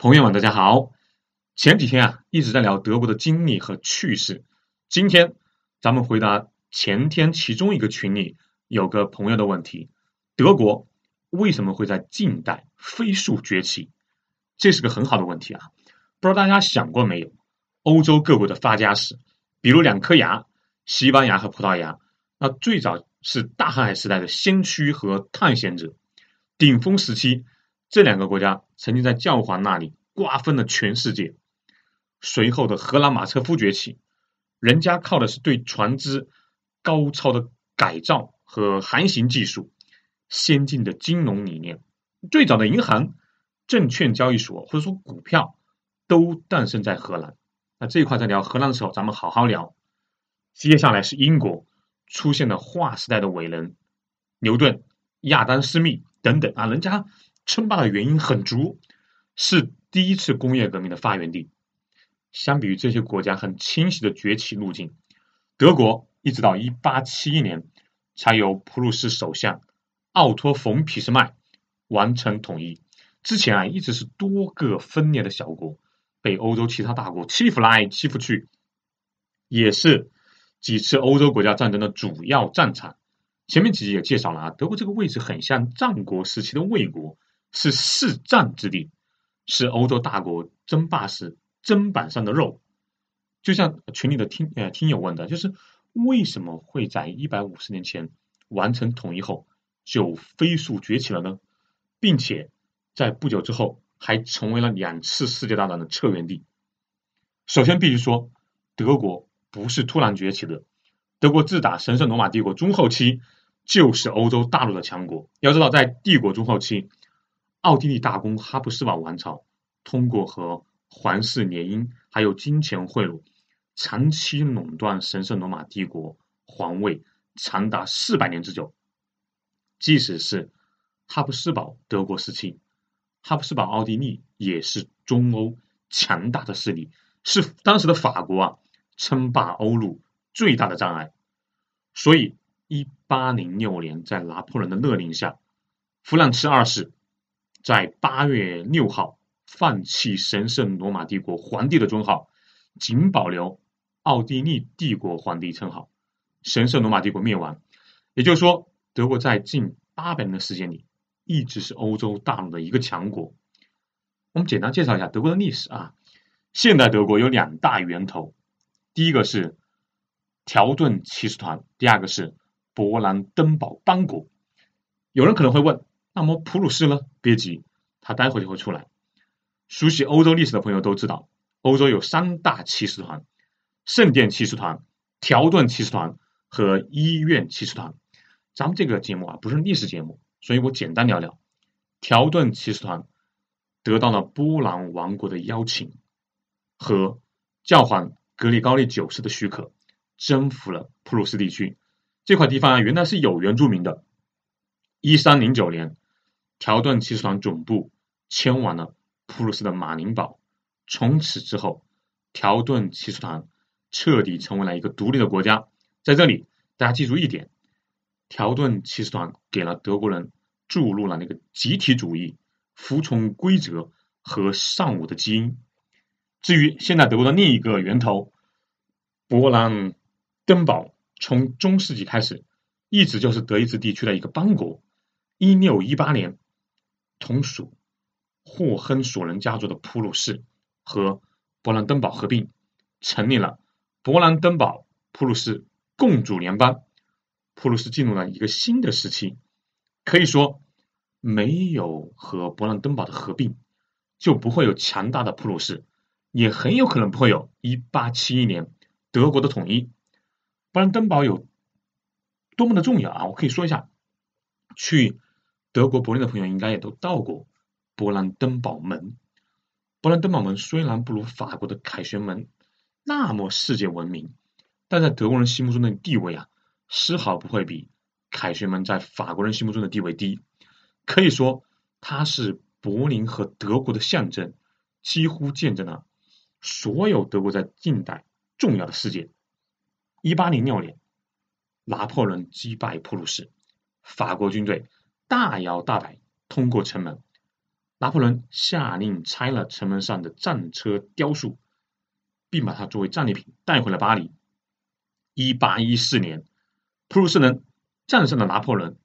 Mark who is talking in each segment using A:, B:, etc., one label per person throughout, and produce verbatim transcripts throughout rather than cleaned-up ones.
A: 朋友们，大家好。前几天啊，一直在聊德国的经历和趣事。今天咱们回答前天其中一个群里有个朋友的问题：德国为什么会在近代飞速崛起？这是个很好的问题啊！不知道大家想过没有？欧洲各国的发家史，比如两颗牙，西班牙和葡萄牙，那最早是大航海时代的先驱和探险者，顶峰时期。这两个国家曾经在教皇那里瓜分了全世界。随后的荷兰马车夫崛起，人家靠的是对船只高超的改造和航行技术，先进的金融理念。最早的银行、证券交易所或者说股票都诞生在荷兰。那这一块在聊荷兰的时候，咱们好好聊。接下来是英国，出现了划时代的伟人牛顿、亚当·斯密等等啊，人家称霸的原因很足，是第一次工业革命的发源地。相比于这些国家很清晰的崛起路径，德国一直到一八七一年才由普鲁士首相奥托·冯·俾斯麦完成统一。之前啊，一直是多个分裂的小国，被欧洲其他大国欺负来欺负去，也是几次欧洲国家战争的主要战场。前面几集也介绍了啊，德国这个位置很像战国时期的魏国，是市战之地，是欧洲大国争霸时砧板上的肉。就像群里的听呃听友问的，就是为什么会在一百五十年前完成统一后就飞速崛起了呢？并且在不久之后还成为了两次世界大战的策源地。首先必须说，德国不是突然崛起的，德国自打神圣罗马帝国中后期就是欧洲大陆的强国。要知道，在帝国中后期，奥地利大公哈布斯堡王朝通过和皇室联姻还有金钱贿赂，长期垄断神圣罗马帝国皇位长达四百年之久。即使是哈布斯堡德国时期，哈布斯堡奥地利也是中欧强大的势力，是当时的法国啊称霸欧陆最大的障碍。所以一八零六年在拿破仑的勒令下，弗朗茨二世在八月六号放弃神圣罗马帝国皇帝的尊号，仅保留奥地利帝国皇帝称号，神圣罗马帝国灭亡。也就是说，德国在近八百年的时间里一直是欧洲大陆的一个强国。我们简单介绍一下德国的历史啊。现代德国有两大源头，第一个是条顿骑士团，第二个是勃兰登堡邦国。有人可能会问，那么普鲁士呢？别急，他待会就会出来。熟悉欧洲历史的朋友都知道，欧洲有三大骑士团：圣殿骑士团、条顿骑士团和医院骑士团。咱们这个节目啊不是历史节目，所以我简单聊聊。条顿骑士团得到了波兰王国的邀请和教皇格里高利九世的许可，征服了普鲁士地区。这块地方啊原来是有原住民的。一三零九年，条顿骑士团总部迁往了普鲁士的马林堡。从此之后，条顿骑士团彻底成为了一个独立的国家。在这里，大家记住一点，条顿骑士团给了德国人注入了那个集体主义、服从规则和尚武的基因。至于现在德国的另一个源头勃兰登堡，从中世纪开始一直就是德意志地区的一个邦国。一六一八年，同属霍亨索伦家族的普鲁士和勃兰登堡合并，成立了勃兰登堡普鲁士共主联邦。普鲁士进入了一个新的时期。可以说，没有和勃兰登堡的合并，就不会有强大的普鲁士，也很有可能不会有一八七一年德国的统一。勃兰登堡有多么的重要啊！我可以说一下，去德国柏林的朋友应该也都到过勃兰登堡门。勃兰登堡门虽然不如法国的凯旋门那么世界闻名，但在德国人心目中的地位啊，丝毫不会比凯旋门在法国人心目中的地位低。可以说，它是柏林和德国的象征，几乎见证了所有德国在近代重要的事件。一八零六年，拿破仑击败普鲁士，法国军队大摇大摆通过城门， 拿破仑下令拆了城门上的战车雕塑，并把它作为战利品带回了巴黎。一八一四年，普鲁士人战胜了拿破仑，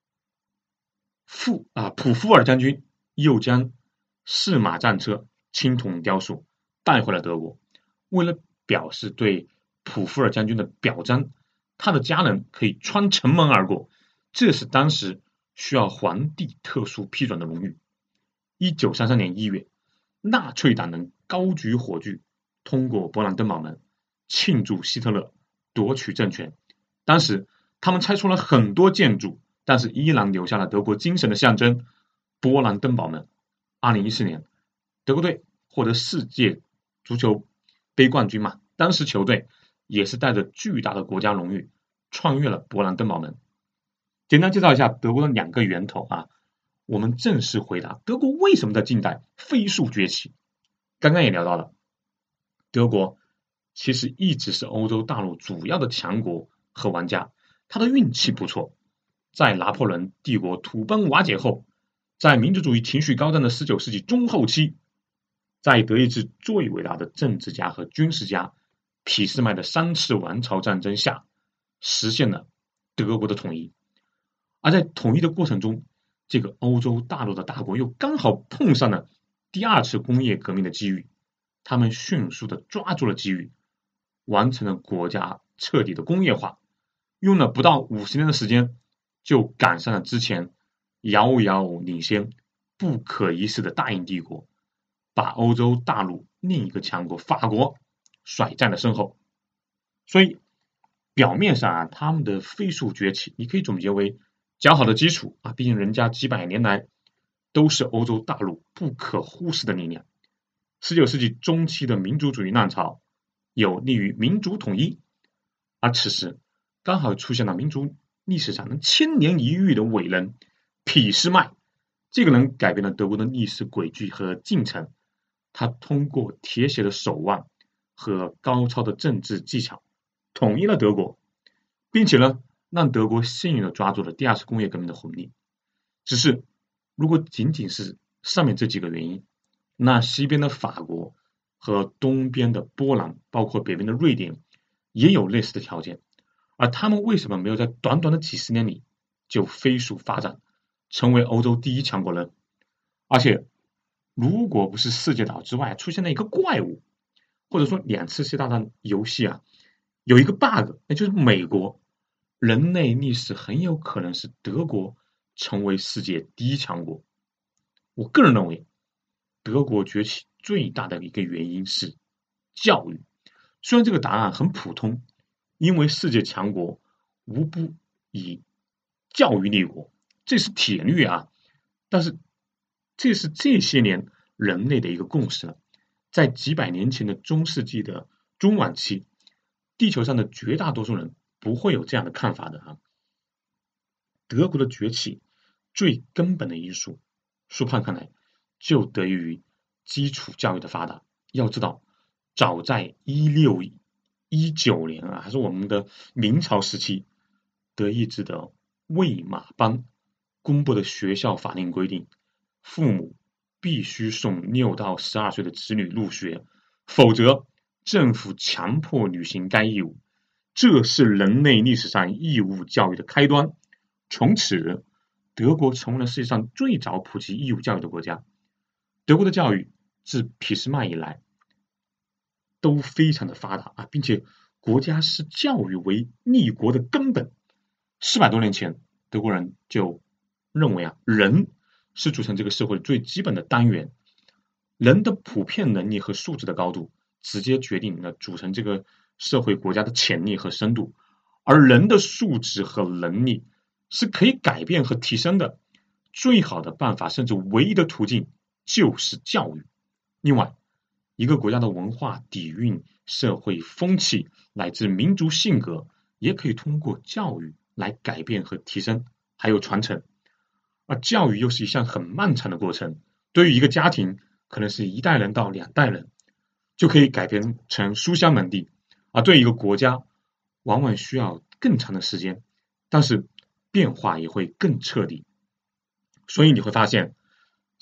A: 富啊普夫尔将军又将士马战车青铜雕塑带回了德国。为了表示对普夫尔将军的表彰，他的家人可以穿城门而过，这是当时需要皇帝特殊批准的荣誉。一九三三年一月，纳粹党人高举火炬通过勃兰登堡门，庆祝希特勒夺取政权。当时他们拆除了很多建筑，但是依然留下了德国精神的象征——勃兰登堡门。二零一四年，德国队获得世界足球杯冠军嘛，当时球队也是带着巨大的国家荣誉穿越了勃兰登堡门。简单介绍一下德国的两个源头啊，我们正式回答德国为什么在近代飞速崛起。刚刚也聊到了，德国其实一直是欧洲大陆主要的强国和玩家，他的运气不错。在拿破仑帝国土崩瓦解后，在民族主义情绪高涨的十九世纪中后期，在德意志最伟大的政治家和军事家俾斯麦的三次王朝战争下，实现了德国的统一。而在统一的过程中，这个欧洲大陆的大国又刚好碰上了第二次工业革命的机遇，他们迅速地抓住了机遇，完成了国家彻底的工业化，用了不到五十年的时间，就赶上了之前遥遥领先、不可一世的大英帝国，把欧洲大陆另一个强国法国甩在了身后。所以表面上啊，他们的飞速崛起，你可以总结为较好的基础啊，毕竟人家几百年来都是欧洲大陆不可忽视的力量。十九世纪中期的民族主义浪潮有利于民族统一，而此时刚好出现了民族历史上能千年一遇的伟人俾斯麦。这个人改变了德国的历史轨迹和进程，他通过铁血的手腕和高超的政治技巧统一了德国，并且呢让德国幸运地抓住了第二次工业革命的红利。只是如果仅仅是上面这几个原因，那西边的法国和东边的波兰，包括北边的瑞典也有类似的条件，而他们为什么没有在短短的几十年里就飞速发展，成为欧洲第一强国呢？而且如果不是世界岛之外出现了一个怪物，或者说两次世界大战游戏啊有一个 bug， 那就是美国，人类历史很有可能是德国成为世界第一强国。我个人认为，德国崛起最大的一个原因是教育。虽然这个答案很普通，因为世界强国无不以教育立国，这是铁律啊。但是这是这些年人类的一个共识了。在几百年前的中世纪的中晚期，地球上的绝大多数人不会有这样的看法的啊。德国的崛起最根本的因素，苏胖看来就得益于基础教育的发达。要知道，早在一六一九年啊，还是我们的明朝时期，德意志的魏玛邦公布的学校法令规定，父母必须送六到十二岁的子女入学，否则政府强迫履行该义务。这是人类历史上义务教育的开端。从此，德国成为了世界上最早普及义务教育的国家。德国的教育自俾斯麦以来都非常的发达啊，并且国家视教育为立国的根本。四百多年前，德国人就认为啊，人是组成这个社会最基本的单元，人的普遍能力和素质的高度，直接决定了组成这个社会国家的潜力和深度。而人的素质和能力是可以改变和提升的，最好的办法，甚至唯一的途径就是教育。另外，一个国家的文化底蕴、社会风气乃至民族性格，也可以通过教育来改变和提升，还有传承。而教育又是一项很漫长的过程，对于一个家庭，可能是一代人到两代人就可以改变成书香门第，而对于一个国家，往往需要更长的时间，但是变化也会更彻底。所以你会发现，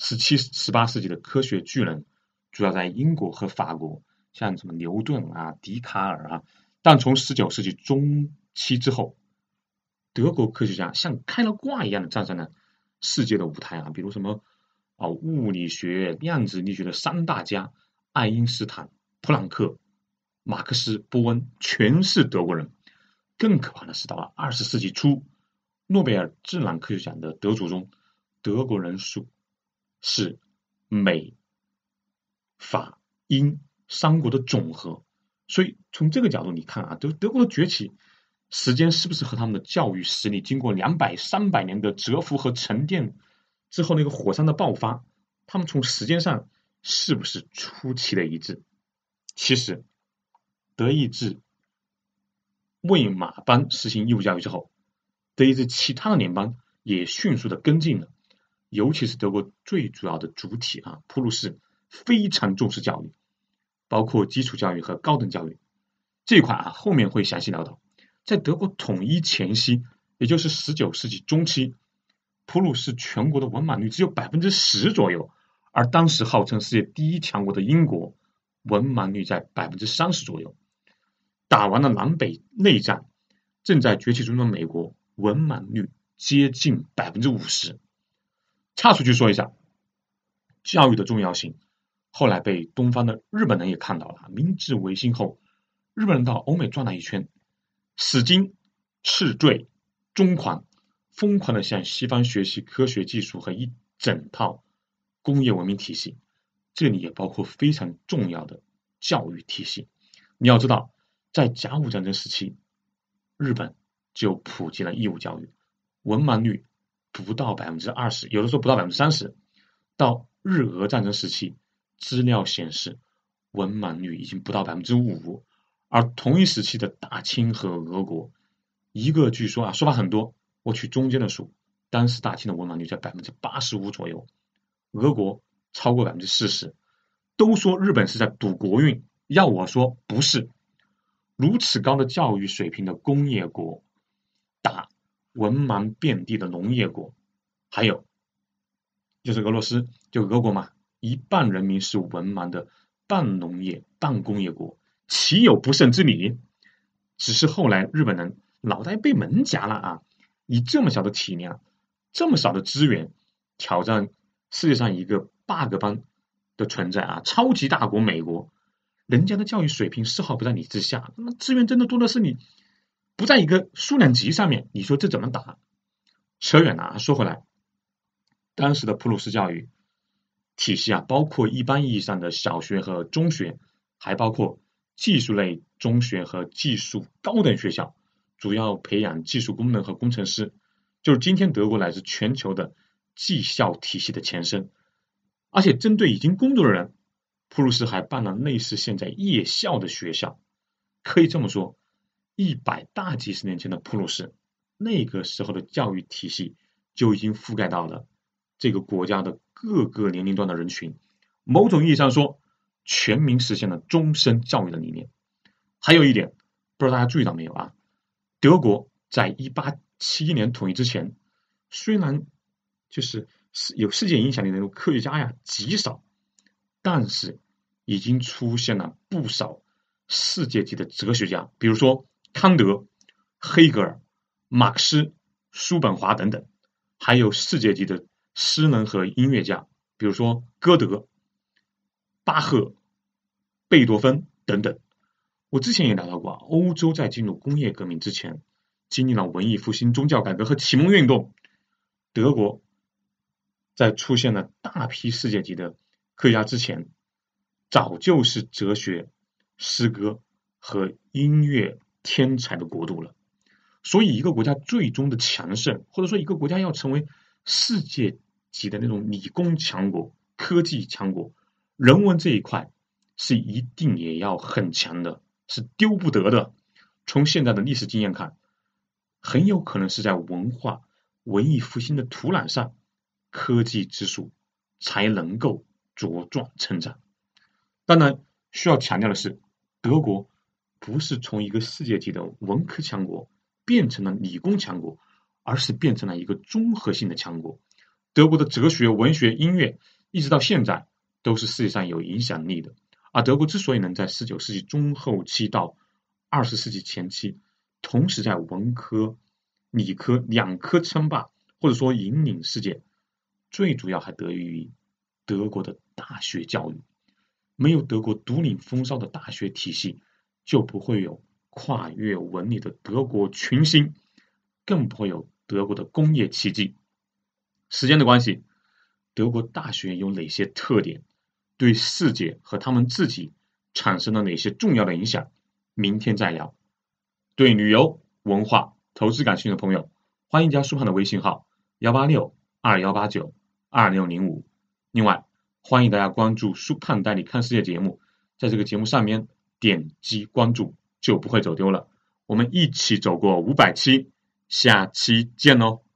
A: 十七、十八世纪的科学巨人主要在英国和法国，像什么牛顿啊、笛卡尔啊。但从十九世纪中期之后，德国科学家像开了挂一样的站上了世界的舞台啊，比如什么啊物理学、量子力学的三大家，爱因斯坦、普朗克、马克思、波恩，全是德国人。更可怕的是，到了二十世纪初，诺贝尔自然科学奖的得主中，德国人数是美、法、英三国的总和。所以从这个角度你看啊，德德国的崛起时间是不是和他们的教育实力经过两百、三百年的蛰伏和沉淀之后那个火山的爆发，他们从时间上是不是出奇的一致？其实，德意志为马班实行义务教育之后，德意志其他的联邦也迅速的跟进了，尤其是德国最主要的主体啊，普鲁士非常重视教育，包括基础教育和高等教育这一块啊，后面会详细聊到。在德国统一前夕，也就是十九世纪中期，普鲁士全国的文盲率只有百分之十左右，而当时号称世界第一强国的英国，文盲率在百分之三十左右。打完了南北内战，正在崛起中的美国，文盲率接近百分之五十。岔出去说一下，教育的重要性，后来被东方的日本人也看到了。明治维新后，日本人到欧美转了一圈，使劲、赤坠、中狂，疯狂的向西方学习科学技术和一整套工业文明体系，这里也包括非常重要的教育体系。你要知道，在甲午战争时期，日本就普及了义务教育，文盲率不到百分之二十，有的时候不到百分之三十。到日俄战争时期，资料显示文盲率已经不到百分之五，而同一时期的大清和俄国，一个据说啊说法很多，我取中间的数，当时大清的文盲率在百分之八十五左右，俄国超过百分之四十。都说日本是在赌国运，要我说不是。如此高的教育水平的工业国，打文盲遍地的农业国，还有就是俄罗斯，就俄国嘛，一半人民是文盲的半农业半工业国，岂有不胜之理？只是后来日本人脑袋被门夹了啊，以这么小的体量，这么少的资源，挑战世界上一个 bug 般的存在啊，超级大国美国，人家的教育水平丝毫不在你之下，那么资源真的多的是你，不在一个数量级上面，你说这怎么打？扯远了啊，说回来，当时的普鲁士教育体系啊，包括一般意义上的小学和中学，还包括技术类中学和技术高等学校，主要培养技术工人和工程师，就是今天德国乃至全球的技校体系的前身。而且针对已经工作的人，普鲁士还办了类似现在夜校的学校。可以这么说，一百大几十年前的普鲁士，那个时候的教育体系就已经覆盖到了这个国家的各个年龄段的人群，某种意义上说，全民实现了终身教育的理念。还有一点，不知道大家注意到没有啊？德国在一八七一年统一之前，虽然就是有世界影响力的那种科学家呀极少，但是已经出现了不少世界级的哲学家，比如说康德、黑格尔、马克思、叔本华等等，还有世界级的诗人和音乐家，比如说歌德、巴赫、贝多芬等等。我之前也聊到过，欧洲在进入工业革命之前，经历了文艺复兴、宗教改革和启蒙运动。德国在出现了大批世界级的科学家之前，早就是哲学、诗歌和音乐天才的国度了。所以一个国家最终的强盛，或者说一个国家要成为世界级的那种理工强国、科技强国，人文这一块是一定也要很强的，是丢不得的。从现在的历史经验看，很有可能是在文化文艺复兴的土壤上，科技之树才能够茁壮成长。当然需要强调的是，德国不是从一个世界级的文科强国变成了理工强国，而是变成了一个综合性的强国。 德国的哲学、文学、音乐，一直到现在都是世界上有影响力的。而德国之所以能在十九世纪中后期到二十世纪前期，同时在文科、理科两科称霸，或者说引领世界，最主要还得益于德国的大学教育。没有德国独领风骚的大学体系，就不会有跨越文理的德国群星，更不会有德国的工业奇迹。时间的关系，德国大学有哪些特点，对世界和他们自己产生了哪些重要的影响，明天再聊。对旅游、文化、投资感兴趣的朋友，欢迎加苏胖的微信号幺八六二幺八九二六零五。另外，欢迎大家关注苏胖带你看世界节目，在这个节目上面点击关注就不会走丢了。我们一起走过五百期，下期见哦。